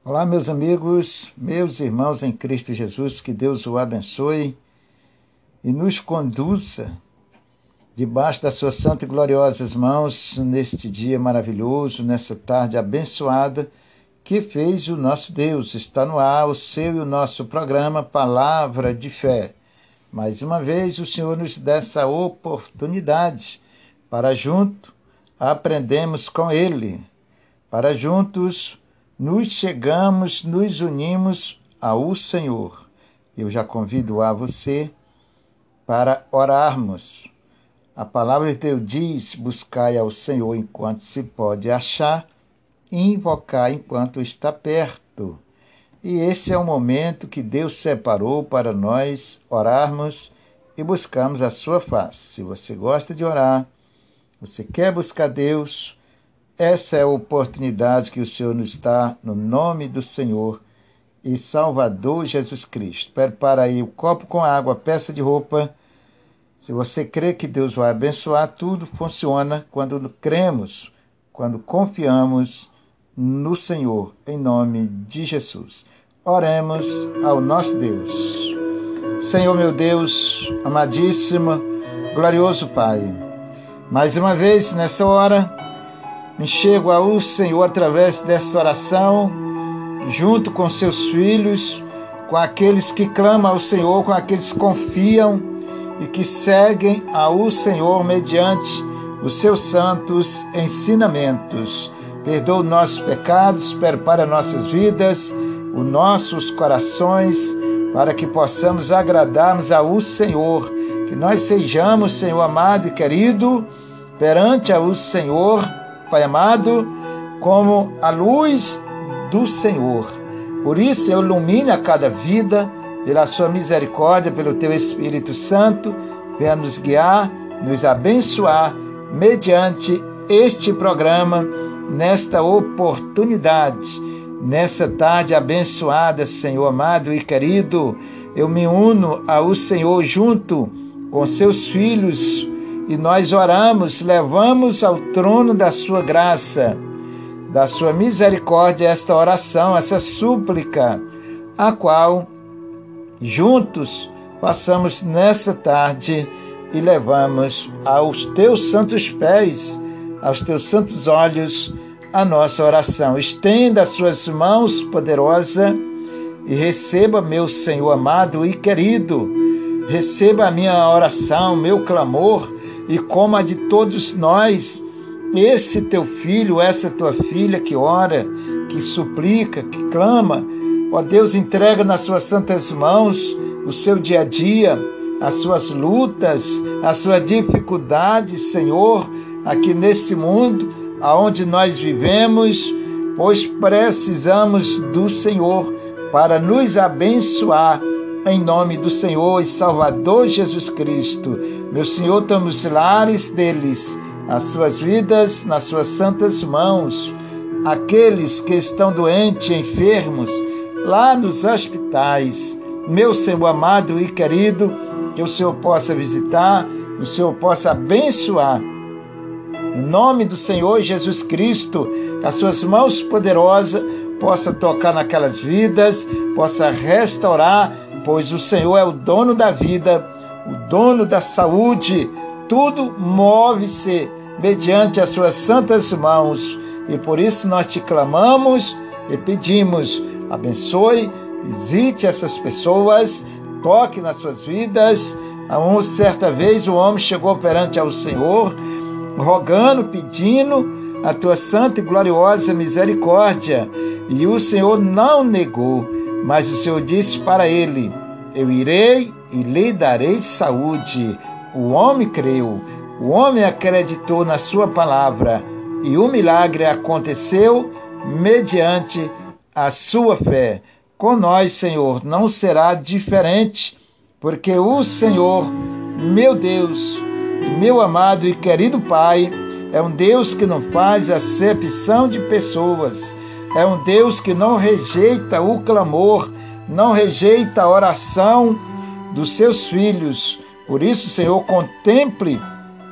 Olá, meus amigos, meus irmãos em Cristo Jesus, que Deus o abençoe e nos conduza debaixo das suas santas e gloriosas mãos neste dia maravilhoso, nessa tarde abençoada que fez o nosso Deus. Está no ar o seu e o nosso programa Palavra de Fé. Mais uma vez o Senhor nos dá essa oportunidade para juntos aprendermos com Ele, para juntos nos chegamos, nos unimos ao Senhor. Eu já convido a você para orarmos. A palavra de Deus diz: buscai ao Senhor enquanto se pode achar, e invocar enquanto está perto. E esse é o momento que Deus separou para nós orarmos e buscarmos a sua face. Se você gosta de orar, você quer buscar Deus, essa é a oportunidade que o Senhor nos dá no nome do Senhor e Salvador Jesus Cristo. Prepara aí o copo com água, a peça de roupa. Se você crê que Deus vai abençoar, tudo funciona quando cremos, quando confiamos no Senhor, em nome de Jesus. Oremos ao nosso Deus. Senhor meu Deus, amadíssimo, glorioso Pai, mais uma vez nessa hora, me chego ao Senhor através desta oração, junto com seus filhos, com aqueles que clamam ao Senhor, com aqueles que confiam e que seguem ao Senhor mediante os seus santos ensinamentos. Perdoa os nossos pecados, prepara nossas vidas, os nossos corações, para que possamos agradarmos ao Senhor, que nós sejamos, Senhor amado e querido, perante ao Senhor, Pai amado, como a luz do Senhor. Por isso, Senhor, ilumine a cada vida, pela sua misericórdia, pelo teu Espírito Santo, venha nos guiar, nos abençoar, mediante este programa, nesta oportunidade, nessa tarde abençoada, Senhor amado e querido. Eu me uno ao Senhor junto com seus filhos, e nós oramos, levamos ao trono da sua graça, da sua misericórdia, esta oração, essa súplica, a qual juntos passamos nessa tarde e levamos aos teus santos pés, aos teus santos olhos, a nossa oração. Estenda as suas mãos poderosa e receba, meu Senhor amado e querido, receba a minha oração, meu clamor, e como a de todos nós, esse teu filho, essa tua filha que ora, que suplica, que clama, ó Deus, entrega nas suas santas mãos o seu dia a dia, as suas lutas, as suas dificuldades, Senhor, aqui nesse mundo, aonde nós vivemos, pois precisamos do Senhor para nos abençoar, em nome do Senhor e Salvador Jesus Cristo. Meu Senhor, toma os lares deles, as suas vidas nas suas santas mãos. Aqueles que estão doentes, enfermos, lá nos hospitais, meu Senhor amado e querido, que o Senhor possa visitar, o Senhor possa abençoar. Em nome do Senhor Jesus Cristo, que as suas mãos poderosas possam tocar naquelas vidas, possa restaurar, pois o Senhor é o dono da vida, o dono da saúde. Tudo move-se mediante as suas santas mãos. E por isso nós te clamamos e pedimos: abençoe, visite essas pessoas, toque nas suas vidas. Certa vez o homem chegou perante ao Senhor, rogando, pedindo a tua santa e gloriosa misericórdia. E o Senhor não negou, mas o Senhor disse para ele: eu irei e lhe darei saúde. O homem creu, o homem acreditou na sua palavra, e o milagre aconteceu mediante a sua fé. Com nós, Senhor, não será diferente, porque o Senhor, meu Deus, meu amado e querido Pai, é um Deus que não faz acepção de pessoas, é um Deus que não rejeita o clamor, não rejeita a oração dos seus filhos. Por isso, Senhor, contemple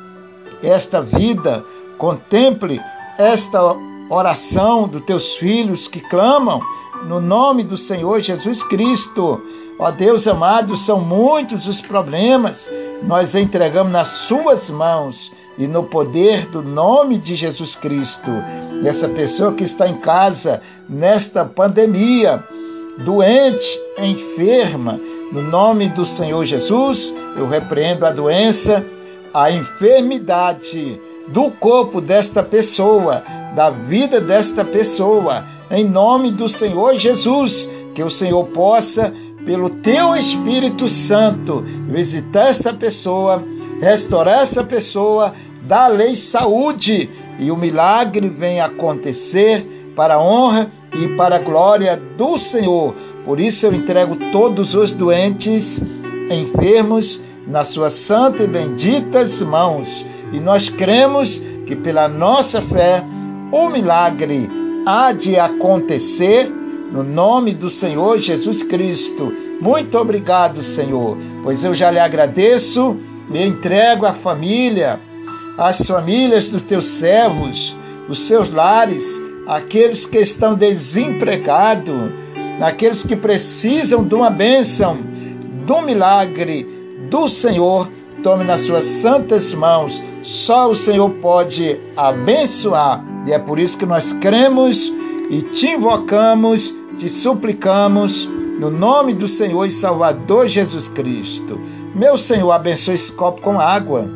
esta vida, contemple esta oração dos teus filhos que clamam no nome do Senhor Jesus Cristo. Ó Deus amado, são muitos os problemas, nós entregamos nas suas mãos e no poder do nome de Jesus Cristo. Essa pessoa que está em casa, nesta pandemia, doente, enferma, no nome do Senhor Jesus, eu repreendo a doença, a enfermidade do corpo desta pessoa, da vida desta pessoa, em nome do Senhor Jesus, que o Senhor possa, pelo teu Espírito Santo, visitar esta pessoa, restaurar essa pessoa, dar-lhe saúde e o milagre venha acontecer para a honra e para a glória do Senhor. Por isso eu entrego todos os doentes, enfermos, nas suas santas e benditas mãos. E nós cremos que pela nossa fé o milagre há de acontecer no nome do Senhor Jesus Cristo. Muito obrigado, Senhor, pois eu já lhe agradeço, me entrego à família, às famílias dos teus servos, os seus lares, aqueles que estão desempregados, aqueles que precisam de uma bênção, do milagre do Senhor. Tome nas suas santas mãos. Só o Senhor pode abençoar. E é por isso que nós cremos e te invocamos, te suplicamos, no nome do Senhor e Salvador Jesus Cristo. Meu Senhor, abençoe esse copo com água,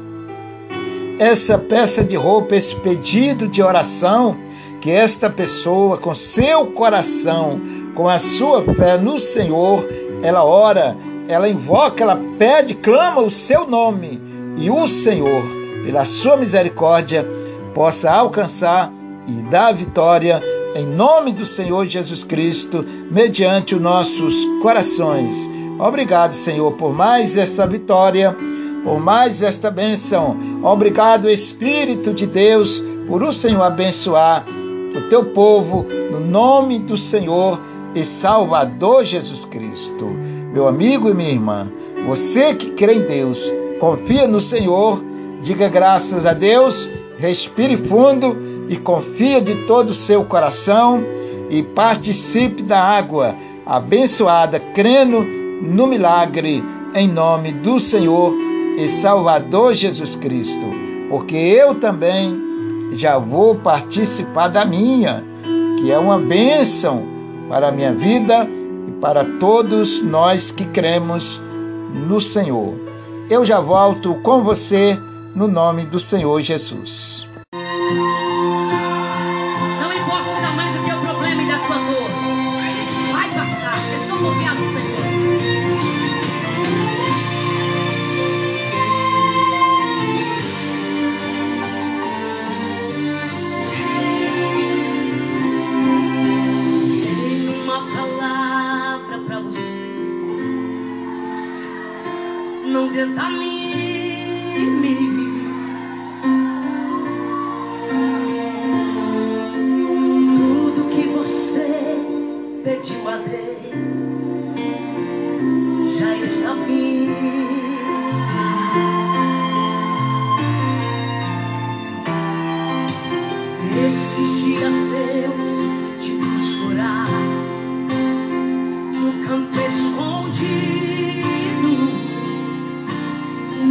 essa peça de roupa, esse pedido de oração, que esta pessoa, com seu coração, com a sua fé no Senhor, ela ora, ela invoca, ela pede, clama o seu nome, e o Senhor, pela sua misericórdia, possa alcançar e dar vitória em nome do Senhor Jesus Cristo, mediante os nossos corações. Obrigado, Senhor, por mais esta vitória, por mais esta bênção. Obrigado, Espírito de Deus, por o Senhor abençoar o teu povo, no nome do Senhor e Salvador Jesus Cristo. Meu amigo e minha irmã, você que crê em Deus, confia no Senhor, diga graças a Deus, respire fundo e confia de todo o seu coração e participe da água abençoada, crendo no milagre, em nome do Senhor e Salvador Jesus Cristo. Porque eu também já vou participar da minha, que é uma bênção para a minha vida e para todos nós que cremos no Senhor. Eu já volto com você no nome do Senhor Jesus. Não importa o tamanho do teu problema e da tua dor, vai passar, é só confiar no Senhor. Tenho uma palavra para você, não desanime. Tudo que você pediu a Deus já está vindo. Esses dias Deus te viu chorar no canto escondido,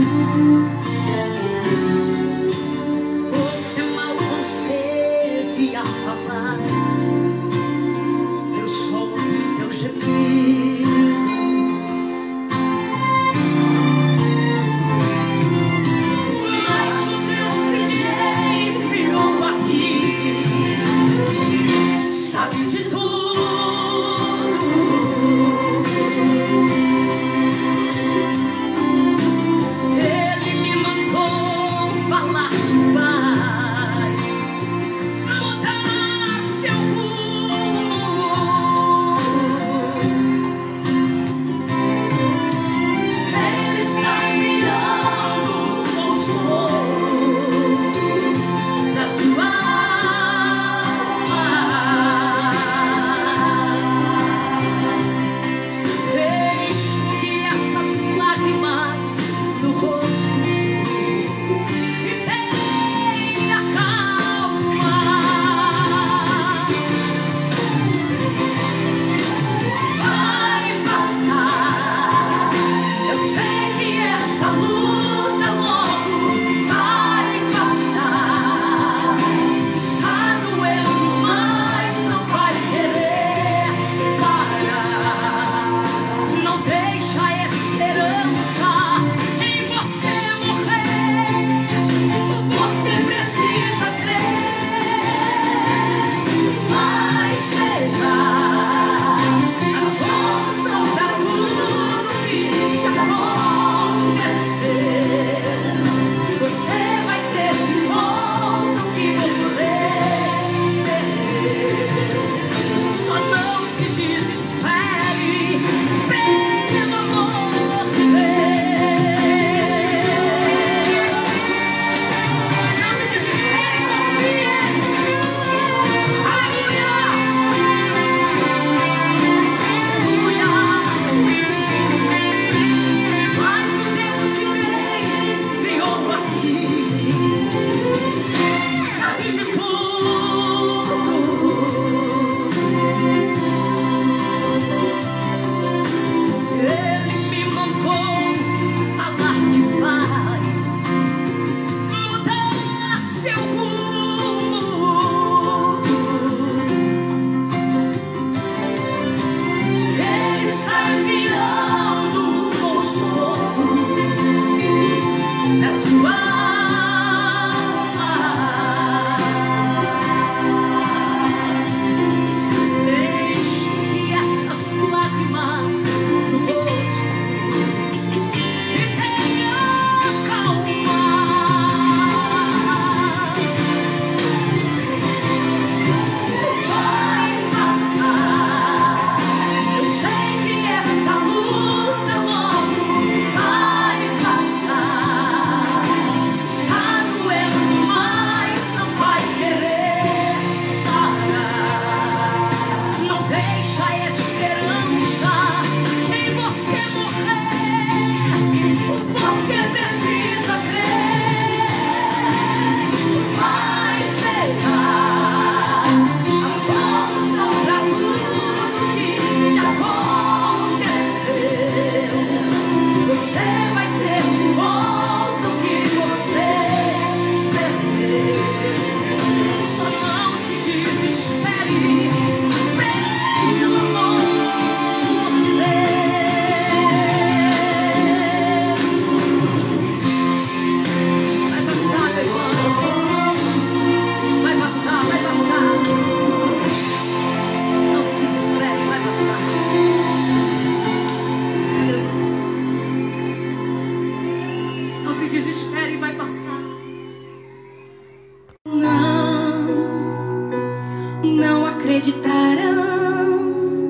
acreditarão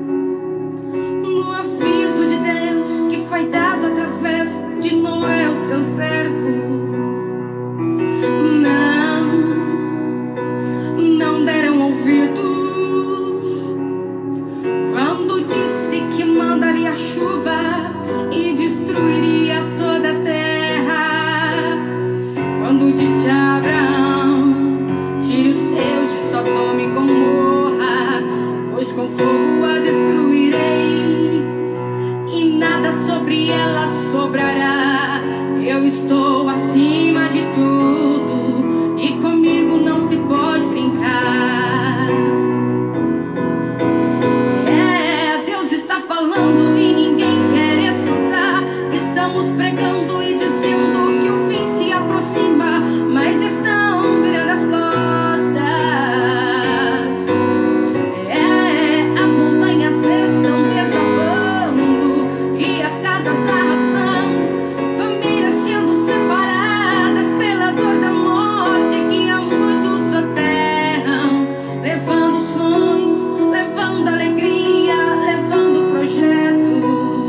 no aviso de Deus que foi dado através de Noé, o seu servo. Não deram ouvidos quando disse que mandaria chuva e destruiria toda a terra. Quando disse a Abraão: tire os seus de Sodoma e Gomorra, pois com fogo a destruirei e nada sobre ela sobrará. Eu estou acima de tudo e comigo não se pode brincar. Deus está falando e ninguém quer escutar. Estamos pregando e dizendo que o fim se aproxima, mas estão virando as costas. As montanhas estão desabando e as casas arrastando, famílias sendo separadas pela dor da morte que há muitos soterram, levando sonhos, levando alegria, levando projetos.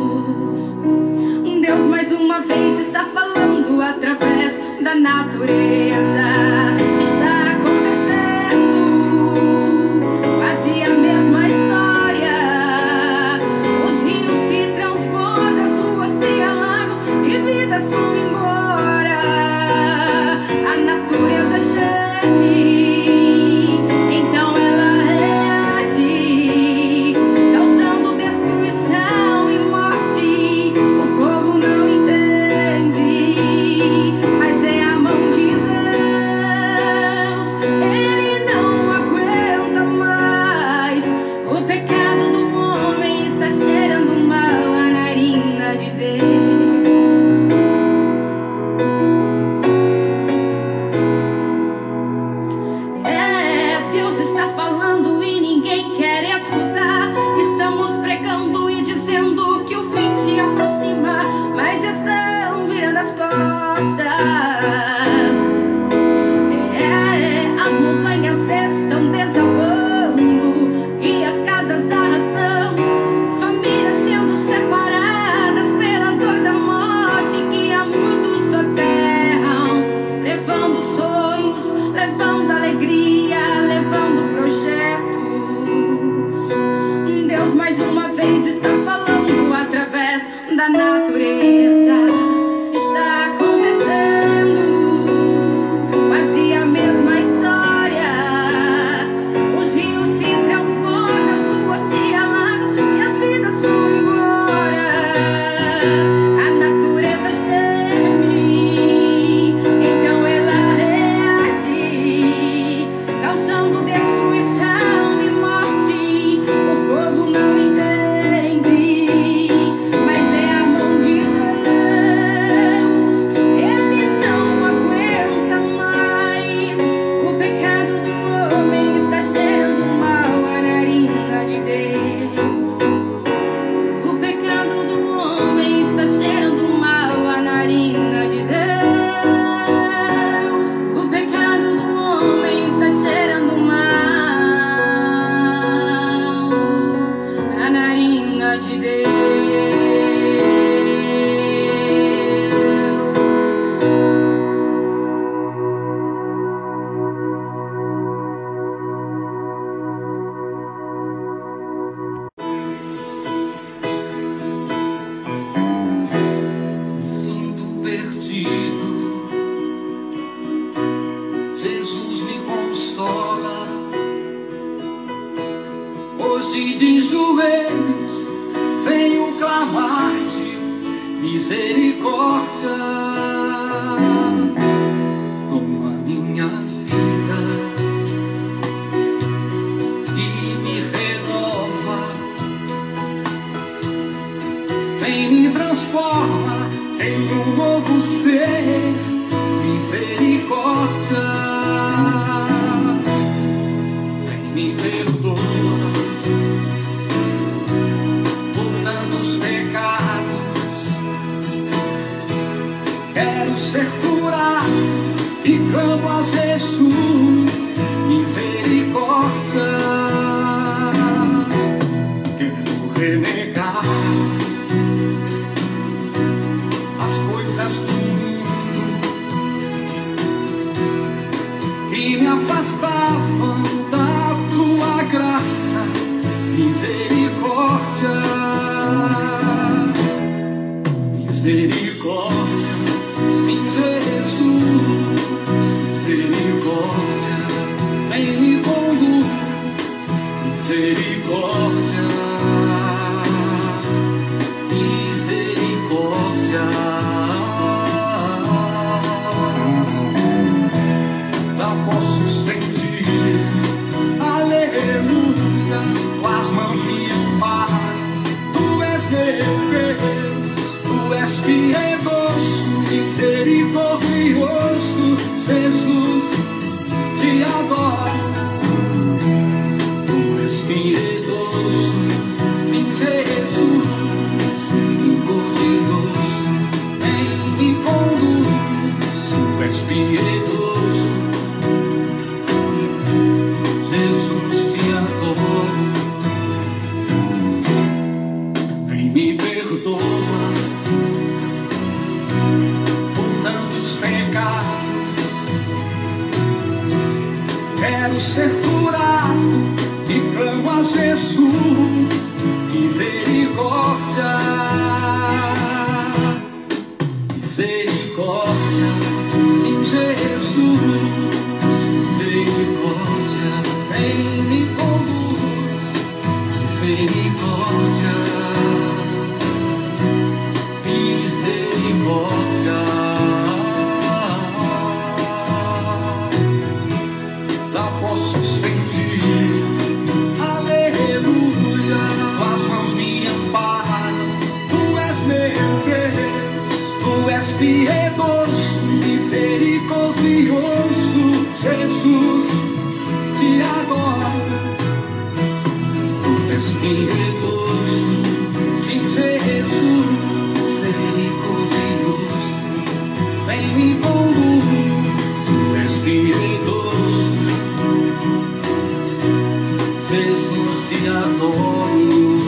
Deus mais uma vez está falando através da natureza. Está acontecendo quase a mesma história. Os rios se transbordam, as ruas se alagam e vidas vão embora. A natureza geme, então ela reage, causando destruição e morte. O povo não entende, mas é a mão de Deus. Ele não aguenta mais. O pecado do homem está cheirando mal a narina de Deus. Deus está falando e ninguém quer escutar. Estamos pregando e dizendo que o fim se aproxima, mas estão virando as costas. As montanhas estão desabando e as casas arrastando, famílias sendo separadas pela dor da morte que há muitos soterram, levando sonhos, levando alegria, levando projetos. Deus mais uma vez está falando através da natureza. Está acontecendo quase a mesma história. Os rios se transbordam, as ruas se alagam e as vidas vão embora. A natureza geme, então ela reage, causando destruição e morte. O povo não entende, mas é a mão de Deus. Ele não aguenta mais. O pecado do homem está cheirando mal a narina de Deus. O pecado do homem está cheirando mal a narina de Deus. O pecado do homem está cheirando mal a narina de Deus. Me sinto perdido, Jesus me consola. Hoje de joelhos venho clamar-te misericórdia. Toma minha vida e me renova. Vem me transforma em um novo ser, misericórdia. Vem me perdoa por tantos pecados. Quero ser curado e clamo a Jesus, misericórdia. renegar as coisas do mundo que me afastavam da tua graça, misericórdia, misericórdia, sim, Jesus, misericórdia, vem me conduzir, misericórdia, misericórdia, já posso sentir, aleluia, com as mãos me amparam, tu és meu Deus, tu és piedoso, misericordioso, Jesus, te adoro. Tu és piedoso, sim, Jesus, misericordioso, vem me conduz. Tu és piedoso, Jesus, te adoro. Vem me perdoa por tantos pecados. Quero ser curado e clamo a Jesus, misericórdia, misericórdia, sim, Jesus, misericórdia, vem me conduz, misericórdia, misericórdia. Já posso sentir, aleluia, tuas mãos me amparam, tu és meu Deus, tu és piedoso, misericordioso, Jesus, te adoro. Tu és piedoso, sim, Jesus, misericordioso, vem me conduzir, tu és piedoso, Jesus, te adoro.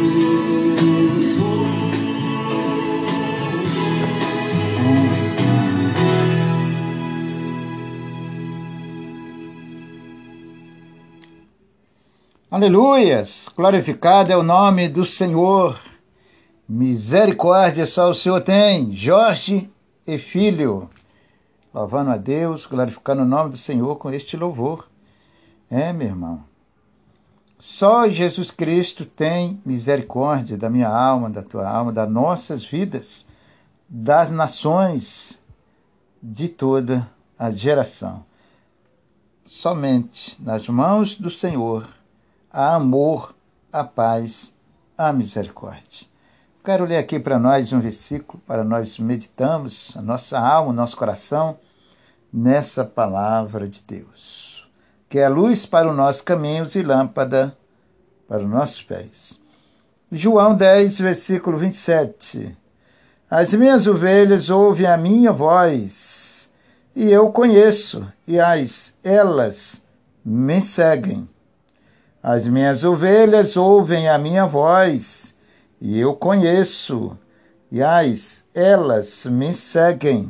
Aleluias! Glorificado é o nome do Senhor. Misericórdia só o Senhor tem. Jorge e Filho. Louvando a Deus, glorificando o nome do Senhor com este louvor. Meu irmão. Só Jesus Cristo tem misericórdia da minha alma, da tua alma, das nossas vidas, das nações, de toda a geração. Somente nas mãos do Senhor há amor, a paz, a misericórdia. Quero ler aqui para nós um versículo, para nós meditarmos a nossa alma, o nosso coração, nessa palavra de Deus, que é a luz para os nossos caminhos e lâmpada para os nossos pés. João 10, versículo 27. As minhas ovelhas ouvem a minha voz, e eu conheço, e elas me seguem. As minhas ovelhas ouvem a minha voz, e eu conheço, e elas me seguem.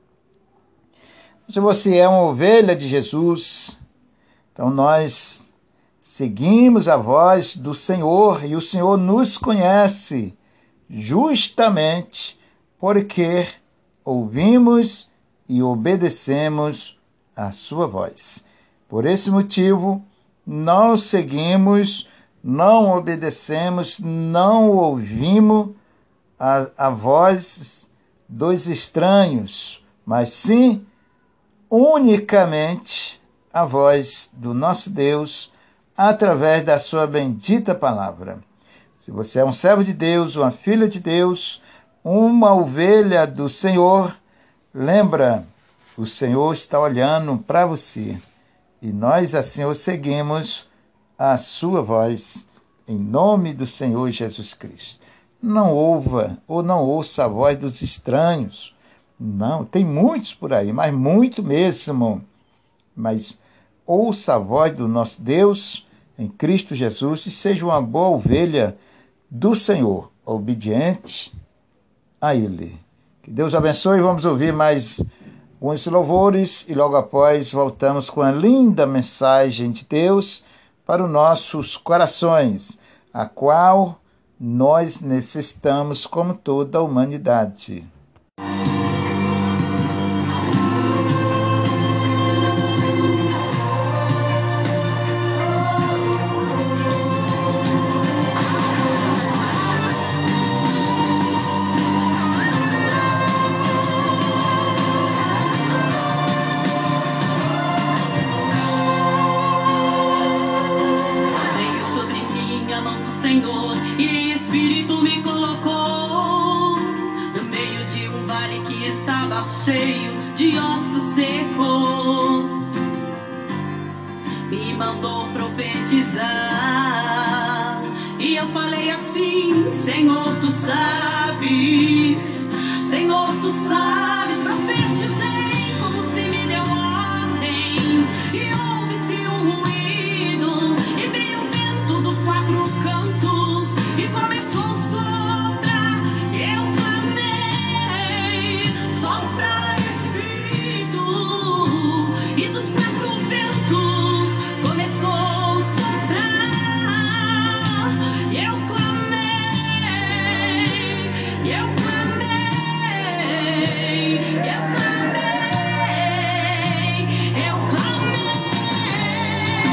Se você é uma ovelha de Jesus, então nós seguimos a voz do Senhor, e o Senhor nos conhece, justamente porque ouvimos e obedecemos a sua voz. Por esse motivo, não seguimos, não obedecemos, não ouvimos a voz dos estranhos, mas sim unicamente a voz do nosso Deus através da sua bendita palavra. Se você é um servo de Deus, uma filha de Deus, uma ovelha do Senhor, lembra, o Senhor está olhando para você. E nós assim o seguimos a sua voz, em nome do Senhor Jesus Cristo. Não ouça a voz dos estranhos. Não, tem muitos por aí, mas muito mesmo. Mas ouça a voz do nosso Deus em Cristo Jesus e seja uma boa ovelha do Senhor, obediente a Ele. Que Deus abençoe. Vamos ouvir mais alguns louvores e logo após voltamos com a linda mensagem de Deus para os nossos corações, a qual nós necessitamos como toda a humanidade. Senhor, e Espírito me colocou no meio de um vale que estava cheio de ossos secos. Me mandou profetizar e eu falei assim: Senhor, tu sabes, Senhor, tu sabes. Profetizei como se me deu ordem e ouve-se um ruído e veio o vento dos quatro cantos e começou a soprar. Eu clamei: sopra Espírito, e dos quatro ventos começou a soprar. Eu clamei, eu clamei, eu clamei, eu clamei.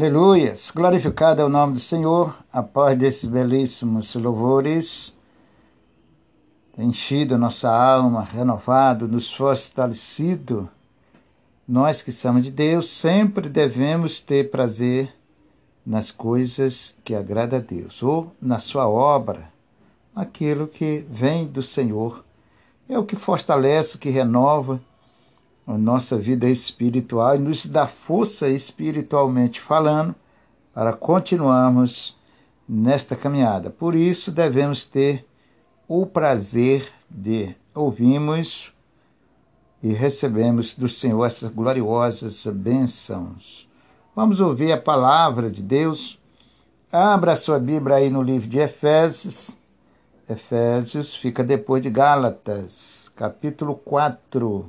Aleluias! Glorificado é o nome do Senhor. A paz desses belíssimos louvores tem enchido nossa alma, renovado, nos fortalecido. Nós que somos de Deus sempre devemos ter prazer nas coisas que agradam a Deus, ou na sua obra, naquilo que vem do Senhor. É o que fortalece, o que renova a nossa vida espiritual e nos dá força espiritualmente falando para continuarmos nesta caminhada. Por isso devemos ter o prazer de ouvirmos e recebemos do Senhor essas gloriosas bênçãos. Vamos ouvir a palavra de Deus. Abra a sua Bíblia aí no livro de Efésios. Efésios fica depois de Gálatas, capítulo 4.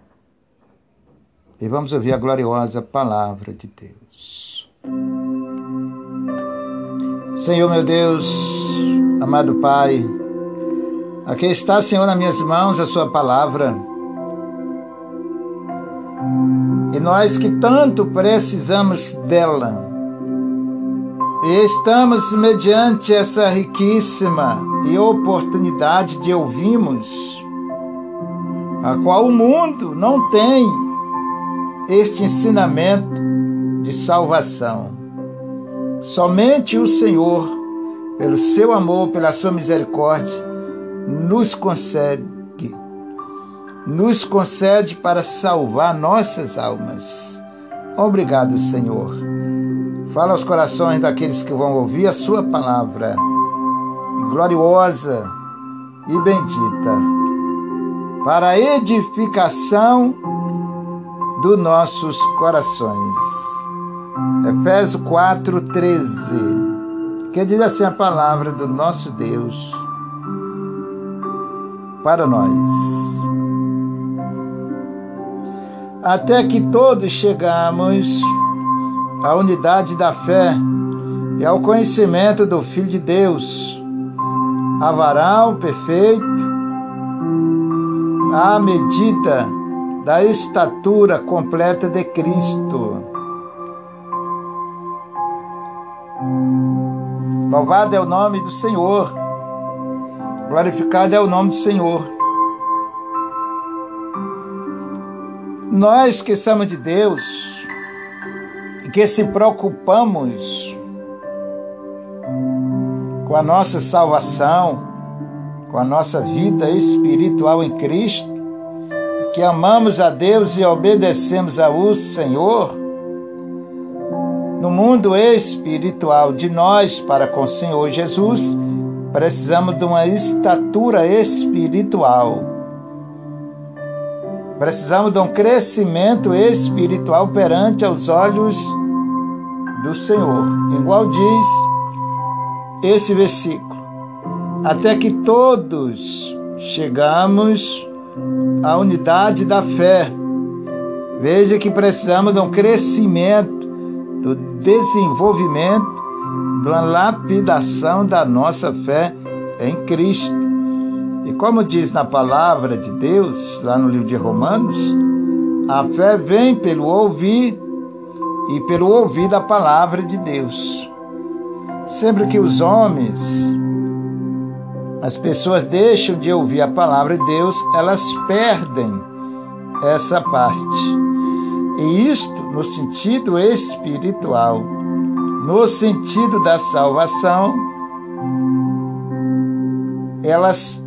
E vamos ouvir a gloriosa palavra de Deus. Senhor meu Deus, amado Pai, aqui está, Senhor, nas minhas mãos a sua palavra. E nós que tanto precisamos dela, e estamos mediante essa riquíssima e oportunidade de ouvirmos, a qual o mundo não tem este ensinamento de salvação. Somente o Senhor, pelo seu amor, pela sua misericórdia, nos concede para salvar nossas almas. Obrigado, Senhor. Fala aos corações daqueles que vão ouvir a sua palavra, gloriosa e bendita, para a edificação dos nossos corações. Efésios 4:13, que diz assim a palavra do nosso Deus para nós. Até que todos chegamos à unidade da fé e ao conhecimento do Filho de Deus, a varal perfeito, à medida da estatura completa de Cristo. Louvado é o nome do Senhor, glorificado é o nome do Senhor. Nós que somos de Deus, que se preocupamos com a nossa salvação, com a nossa vida espiritual em Cristo, que amamos a Deus e obedecemos ao Senhor, no mundo espiritual de nós para com o Senhor Jesus, precisamos de uma estatura espiritual. Precisamos de um crescimento espiritual perante aos olhos do Senhor. Igual diz esse versículo, até que todos chegamos à unidade da fé. Veja que precisamos de um crescimento, do desenvolvimento, de uma lapidação da nossa fé em Cristo. E como diz na palavra de Deus, lá no livro de Romanos, a fé vem pelo ouvir e pelo ouvir da palavra de Deus. Sempre que os homens, as pessoas deixam de ouvir a palavra de Deus, elas perdem essa parte. E isto no sentido espiritual, no sentido da salvação, elas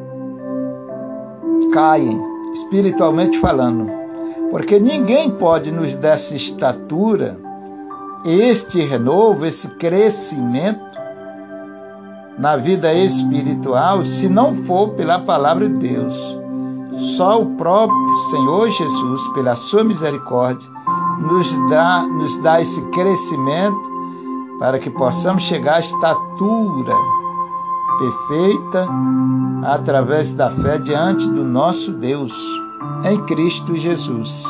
caem, espiritualmente falando, porque ninguém pode nos dar essa estatura, este renovo, esse crescimento na vida espiritual, se não for pela palavra de Deus. Só o próprio Senhor Jesus, pela sua misericórdia, nos dá esse crescimento para que possamos chegar à estatura perfeita através da fé diante do nosso Deus em Cristo Jesus.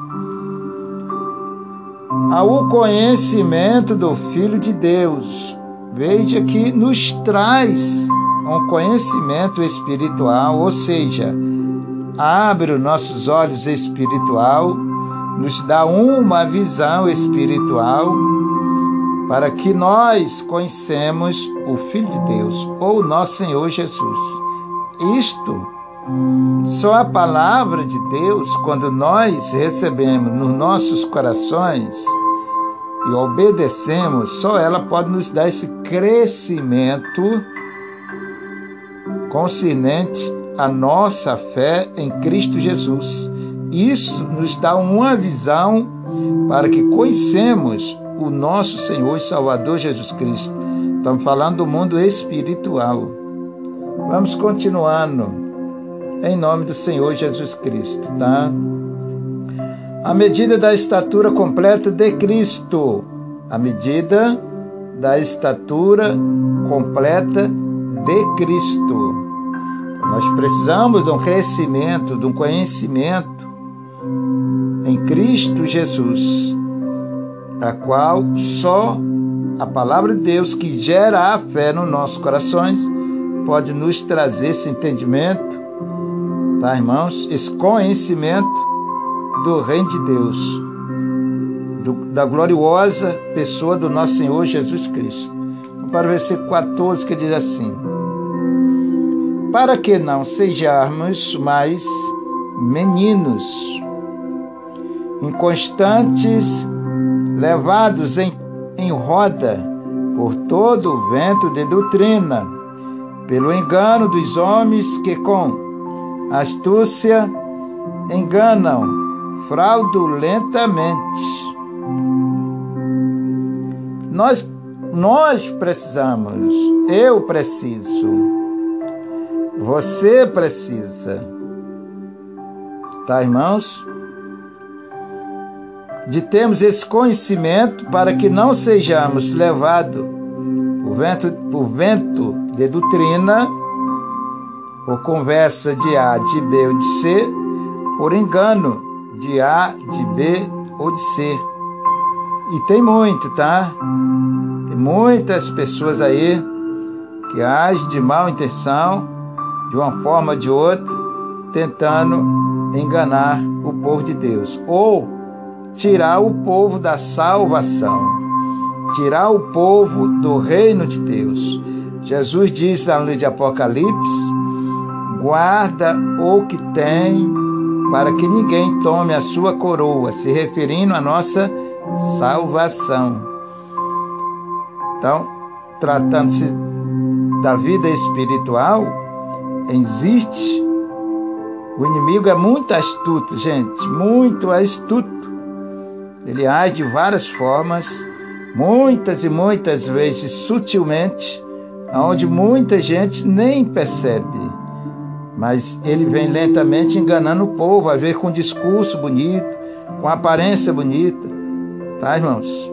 Ao conhecimento do Filho de Deus, veja que nos traz um conhecimento espiritual, ou seja, abre os nossos olhos espiritual, nos dá uma visão espiritual para que nós conhecemos o Filho de Deus, ou nosso Senhor Jesus. Isto, só a palavra de Deus, quando nós recebemos nos nossos corações e obedecemos, só ela pode nos dar esse crescimento concernente à nossa fé em Cristo Jesus. Isso nos dá uma visão para que conhecemos o nosso Senhor e Salvador Jesus Cristo. Estamos falando do mundo espiritual. Vamos continuando em nome do Senhor Jesus Cristo, tá? A medida da estatura completa de Cristo. A medida da estatura completa de Cristo. Nós precisamos de um crescimento, de um conhecimento em Cristo Jesus, a qual só a palavra de Deus, que gera a fé nos nossos corações, pode nos trazer esse entendimento, tá, irmãos? Esse conhecimento do Reino de Deus, da gloriosa pessoa do nosso Senhor Jesus Cristo. Vamos para o versículo 14, que diz assim: para que não sejamos mais meninos, inconstantes, levados em roda por todo o vento de doutrina, pelo engano dos homens que com astúcia enganam fraudulentamente. Nós precisamos, eu preciso, você precisa, tá, irmãos? De termos esse conhecimento para que não sejamos levados por vento de doutrina, por conversa de A, de B ou de C, por engano de A, de B ou de C. E tem muito, tá? Tem muitas pessoas aí que agem de má intenção, de uma forma ou de outra, tentando enganar o povo de Deus, ou tirar o povo da salvação, tirar o povo do reino de Deus. Jesus diz lá no livro de Apocalipse: guarda o que tem, para que ninguém tome a sua coroa, se referindo à nossa salvação. Então, tratando-se da vida espiritual, existe, o inimigo é muito astuto, gente, muito astuto. Ele age de várias formas, muitas e muitas vezes sutilmente, onde muita gente nem percebe. Mas ele vem lentamente enganando o povo, a ver com discurso bonito, com aparência bonita, tá, irmãos?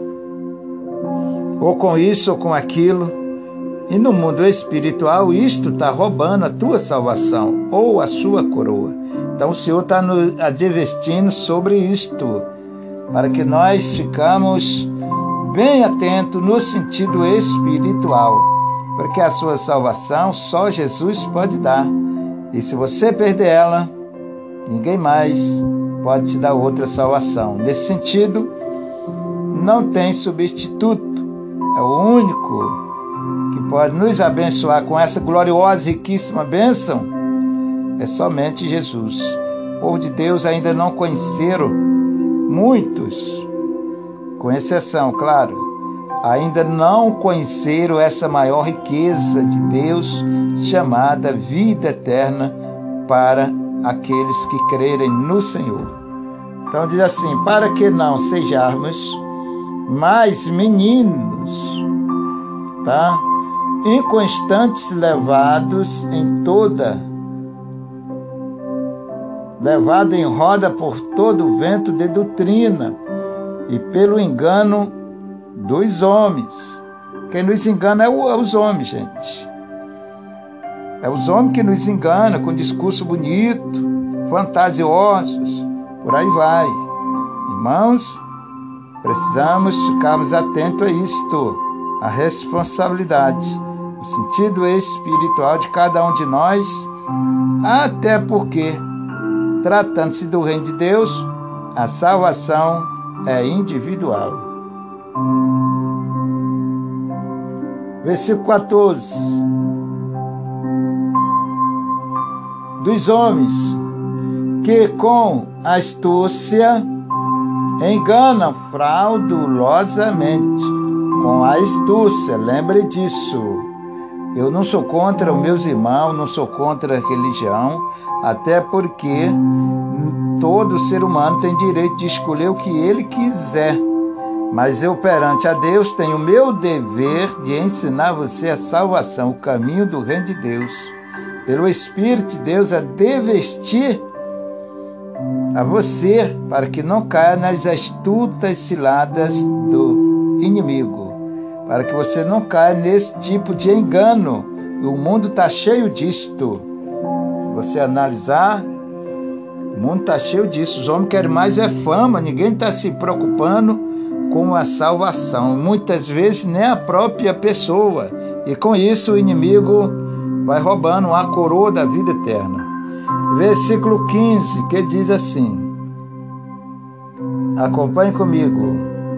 Ou com isso ou com aquilo. E no mundo espiritual, isto está roubando a tua salvação ou a sua coroa. Então o Senhor está nos advertindo sobre isto, para que nós ficamos bem atentos no sentido espiritual, porque a sua salvação só Jesus pode dar. E se você perder ela, ninguém mais pode te dar outra salvação. Nesse sentido, não tem substituto. É o único que pode nos abençoar com essa gloriosa e riquíssima bênção, é somente Jesus. O povo de Deus ainda não conheceram, muitos, com exceção, claro, ainda não conheceram essa maior riqueza de Deus, chamada vida eterna para aqueles que crerem no Senhor. Então diz assim: para que não sejamos mais meninos, tá? Inconstantes, levados em roda por todo o vento de doutrina e pelo engano dos homens. Quem nos engana é os homens, gente. É os homens que nos enganam com discurso bonito, fantasiosos, por aí vai. Irmãos, precisamos ficarmos atentos a isto, a responsabilidade, o sentido espiritual de cada um de nós, até porque, tratando-se do reino de Deus, a salvação é individual. Versículo 14. Dos homens que com astúcia enganam fraudulosamente. Com a astúcia, lembre disso. Eu não sou contra os meus irmãos, não sou contra a religião, até porque todo ser humano tem direito de escolher o que ele quiser. Mas eu, perante a Deus, tenho o meu dever de ensinar você a salvação, o caminho do reino de Deus. Pelo Espírito de Deus, a devestir a você, para que não caia nas astutas ciladas do inimigo, para que você não caia nesse tipo de engano. O mundo está cheio disto. Se você analisar, o mundo está cheio disso. Os homens querem mais é fama, ninguém está se preocupando com a salvação. Muitas vezes nem a própria pessoa. E com isso o inimigo vai roubando a coroa da vida eterna. Versículo 15, que diz assim, acompanhe comigo.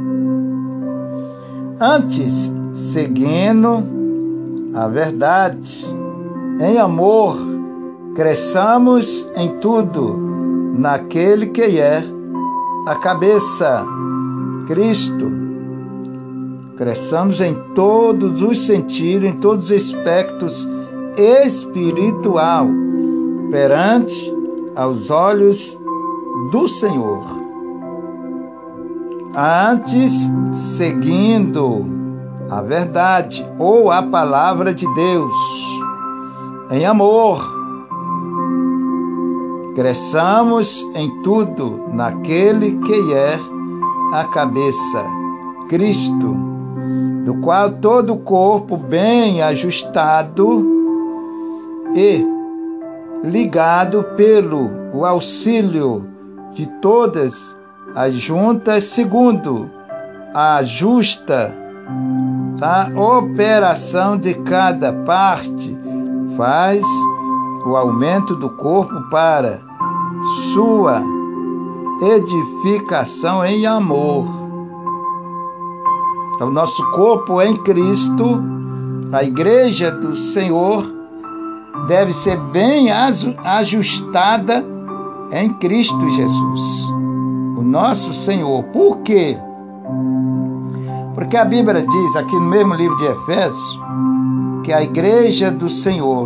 Antes, seguindo a verdade, em amor, cresçamos em tudo naquele que é a cabeça, Cristo. Cresçamos em todos os sentidos, em todos os aspectos espiritual, perante aos olhos do Senhor. Antes, seguindo a verdade ou a palavra de Deus, em amor, cresçamos em tudo naquele que é a cabeça, Cristo, do qual todo o corpo bem ajustado e ligado pelo o auxílio de todas as juntas, segundo a justa operação de cada parte, faz o aumento do corpo para sua edificação em amor. Então, nosso corpo em Cristo, a igreja do Senhor, deve ser bem ajustada em Cristo Jesus, o nosso Senhor. Por quê? Porque a Bíblia diz, aqui no mesmo livro de Efésios, que a igreja do Senhor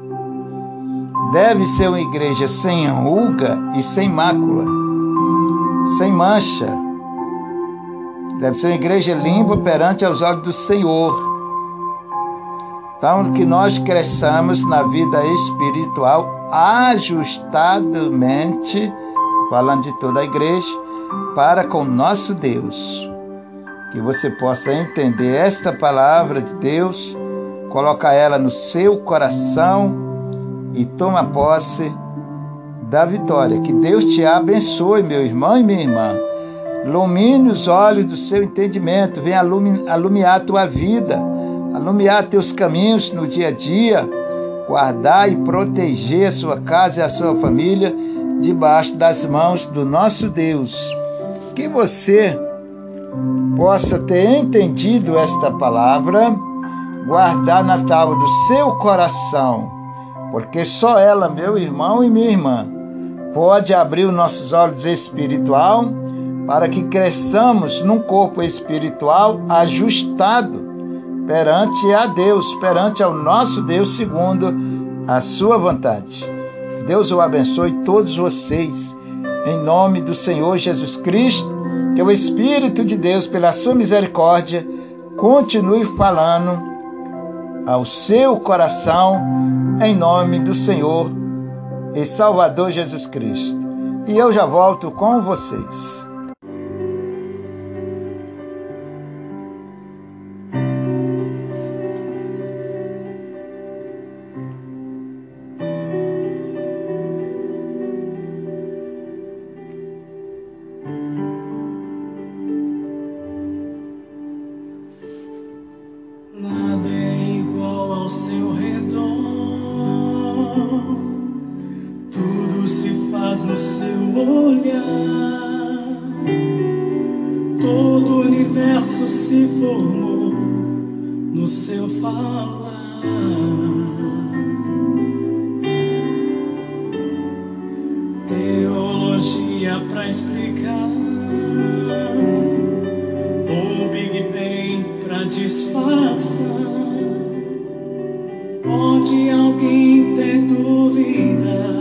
deve ser uma igreja sem ruga e sem mácula, sem mancha. Deve ser uma igreja limpa perante aos olhos do Senhor. Então, que nós cresçamos na vida espiritual ajustadamente, falando de toda a igreja, para com nosso Deus. Que você possa entender esta palavra de Deus, colocar ela no seu coração e toma posse da vitória. Que Deus te abençoe, meu irmão e minha irmã. Ilumine os olhos do seu entendimento, venha alumiar a tua vida, alumiar teus caminhos no dia a dia, guardar e proteger a sua casa e a sua família debaixo das mãos do nosso Deus. Que você possa ter entendido esta palavra, guardar na tábua do seu coração, porque só ela, meu irmão e minha irmã, pode abrir os nossos olhos espirituais para que cresçamos num corpo espiritual ajustado perante a Deus, perante ao nosso Deus, segundo a sua vontade. Deus o abençoe todos vocês, em nome do Senhor Jesus Cristo, que o Espírito de Deus, pela sua misericórdia, continue falando ao seu coração, em nome do Senhor e Salvador Jesus Cristo. E eu já volto com vocês. Nada é igual ao seu redor, tudo se faz no seu olhar, todo o universo se formou no seu falar. Teologia pra explicar, ou Big Bang pra disfarçar. Pode alguém ter dúvida?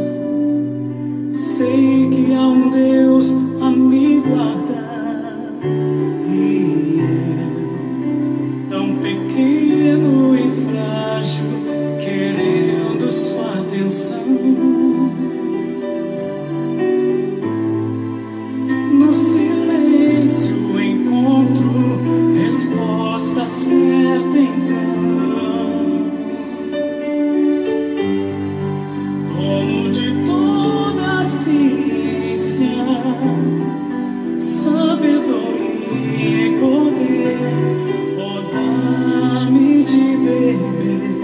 Sei que há um Deus a me guardar, e eu, tão pequeno e frágil, querendo sua atenção. No silêncio encontro resposta certa então. Dono de toda a ciência, sabedoria e poder, oh, dá-me de beber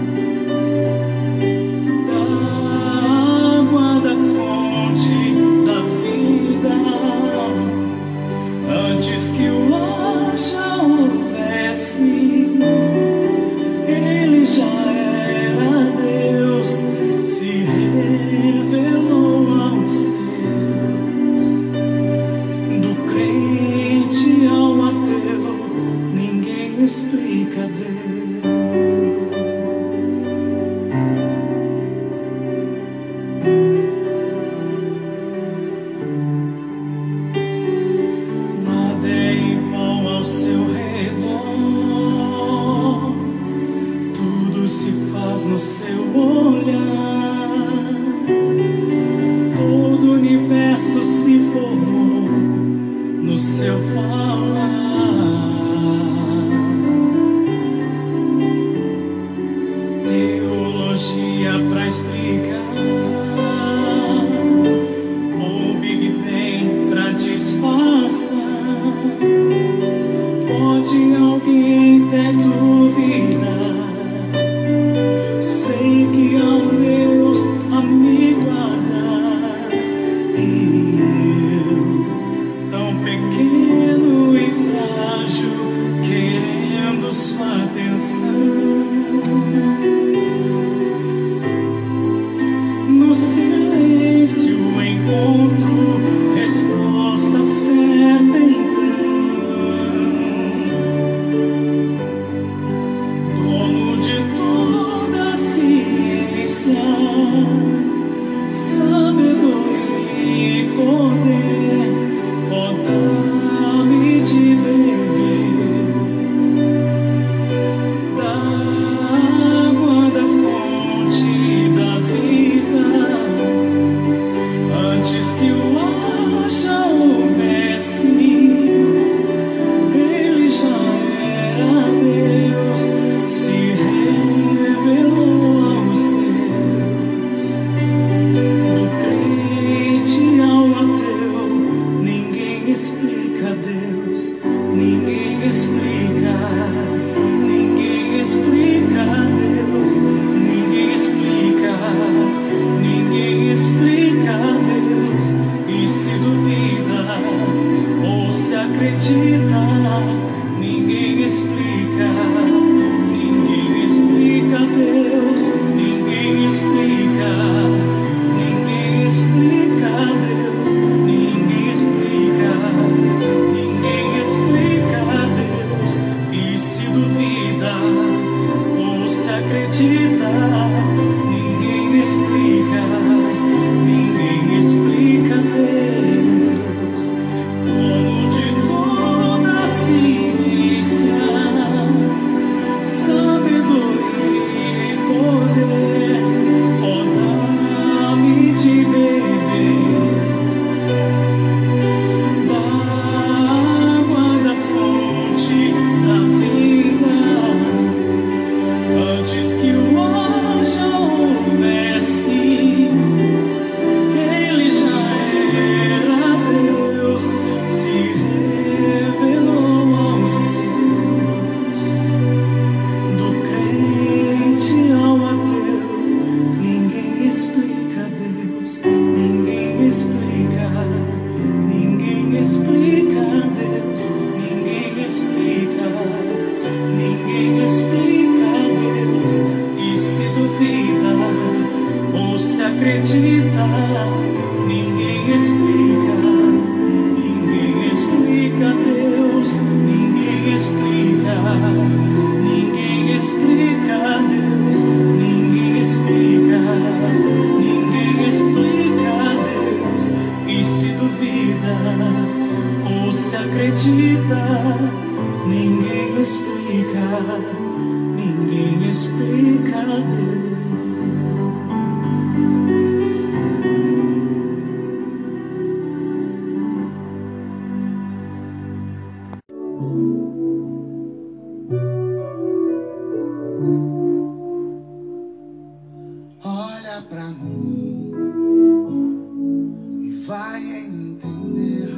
da água da fonte da vida, antes que o ar já houvesse, ele já era Deus, se revelou aos seus. Do crente ao ateu, ninguém explica Deus. Nada é igual ao seu redor, tudo se faz no seu olhar, todo o universo se formou no seu falar. Teologia pra explicar, ou Big Bang pra disfarçar. Pode alguém ter dúvida? Sei que há um Deus a me guardar, e eu, tão pequeno e frágil, querendo sua atenção. acredita, ninguém explica. Ninguém explica Deus, ninguém explica. Ninguém explica Deus, ninguém explica. Ninguém explica Deus. E se duvida ou se acredita, ninguém explica. Ninguém explica Deus. Olha pra mim e vai entender.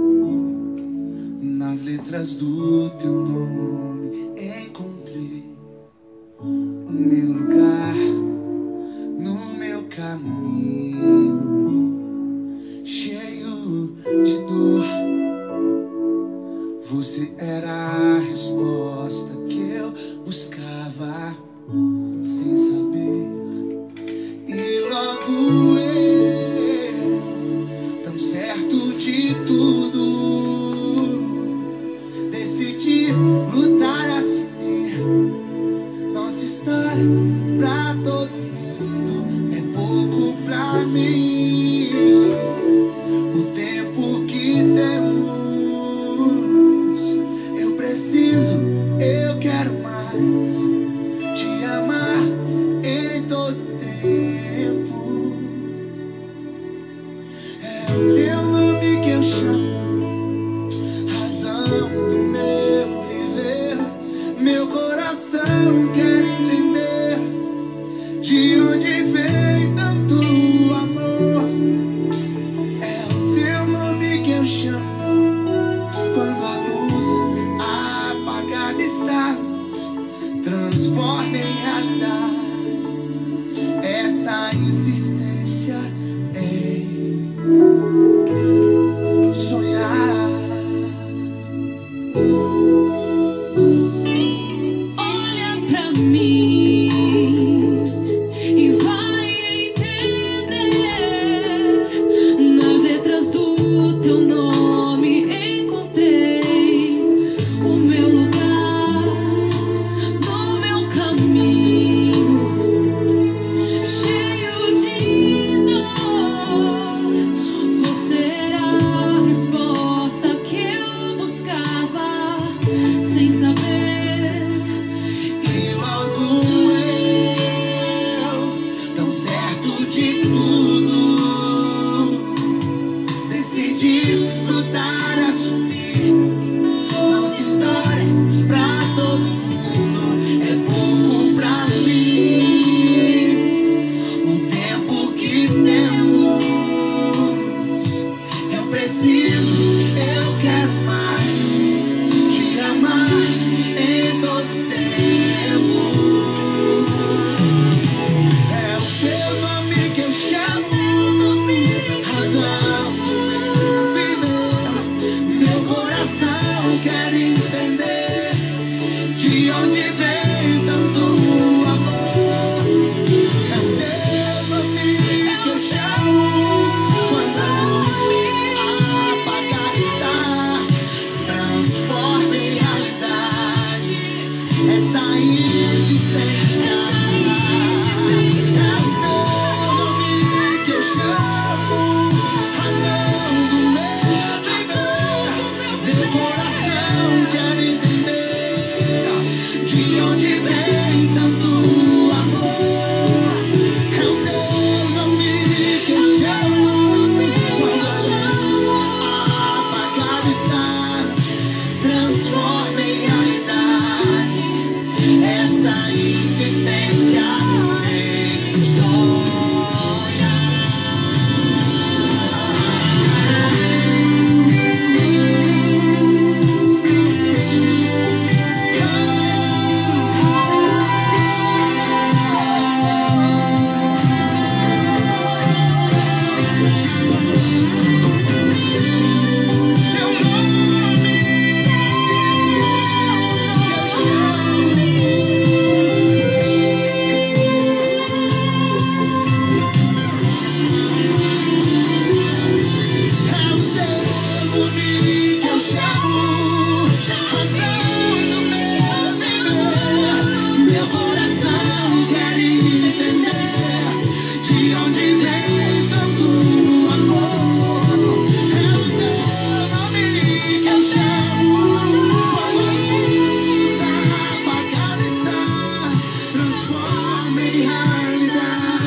Nas letras do teu nome encontrei o meu lugar no meu caminho, cheio de dor. Você era a resposta que eu buscava sem saber. E logo eu, tão certo de tudo, decidi lutar, assumir nossa história pra todo mundo. É pouco pra mim o tempo que temos. Eu preciso, eu quero mais te amar em todo tempo. É o teu nome que eu chamo, razão do meu viver. Meu coração quer entender de onde vem tanto amor.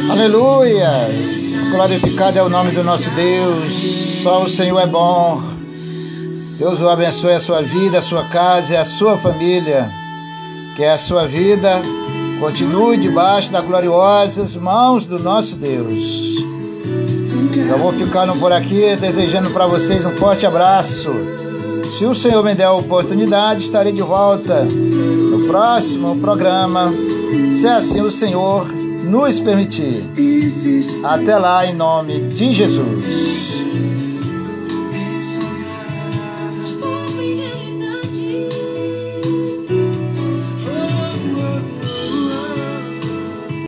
Aleluias! Glorificado é o nome do nosso Deus. Só o Senhor é bom. Deus o abençoe a sua vida, a sua casa e a sua família. Que a sua vida continue debaixo das gloriosas mãos do nosso Deus. Eu vou ficando por aqui, desejando para vocês um forte abraço. Se o Senhor me der a oportunidade, estarei de volta no próximo programa, se assim o Senhor nos permitir. Até lá, em nome de Jesus.